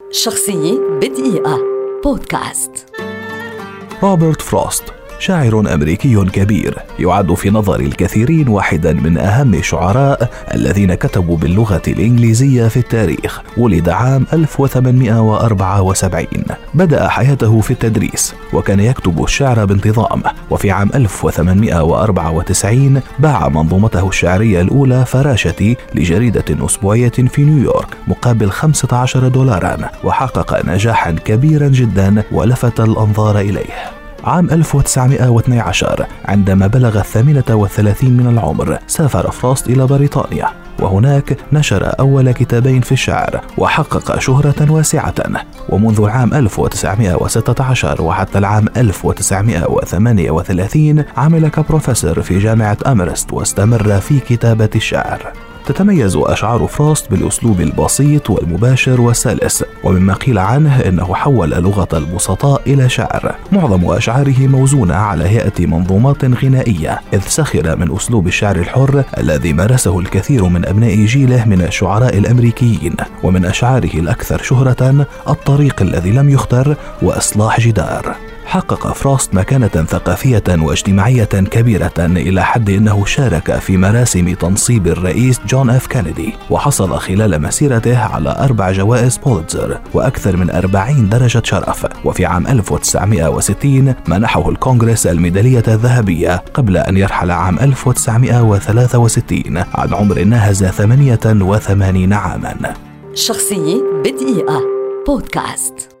شخصية بدقيقة بودكاست. روبرت فروست شاعر أمريكي كبير، يعد في نظر الكثيرين واحدا من أهم الشعراء الذين كتبوا باللغة الإنجليزية في التاريخ. ولد عام 1874. بدأ حياته في التدريس وكان يكتب الشعر بانتظام، وفي عام 1894 باع منظومته الشعرية الأولى فراشتي لجريدة أسبوعية في نيويورك مقابل $15، وحقق نجاحا كبيرا جدا ولفت الأنظار إليه. عام 1912 عندما بلغ 38 من العمر سافر فروست إلى بريطانيا، وهناك نشر أول كتابين في الشعر وحقق شهرة واسعة. ومنذ العام 1916 وحتى العام 1938 عمل كبروفيسور في جامعة أمرست واستمر في كتابة الشعر. تتميز أشعار فروست بالأسلوب البسيط والمباشر والسلس، ومما قيل عنه إنه حول لغة البسطاء إلى شعر. معظم أشعاره موزونة على هيئة منظومات غنائية، إذ سخر من أسلوب الشعر الحر الذي مارسه الكثير من أبناء جيله من الشعراء الأمريكيين. ومن أشعاره الأكثر شهرة الطريق الذي لم يختر وإصلاح جدار. حقق فروست مكانة ثقافية واجتماعية كبيرة إلى حد أنه شارك في مراسم تنصيب الرئيس جون اف كينيدي، وحصل خلال مسيرته على 4 جوائز بوليتزر وأكثر من 40 درجة شرف. وفي عام 1960 منحه الكونغرس الميدالية الذهبية قبل أن يرحل عام 1963 عن عمر ناهز 88 عاما. شخصية بدقيقة بودكاست.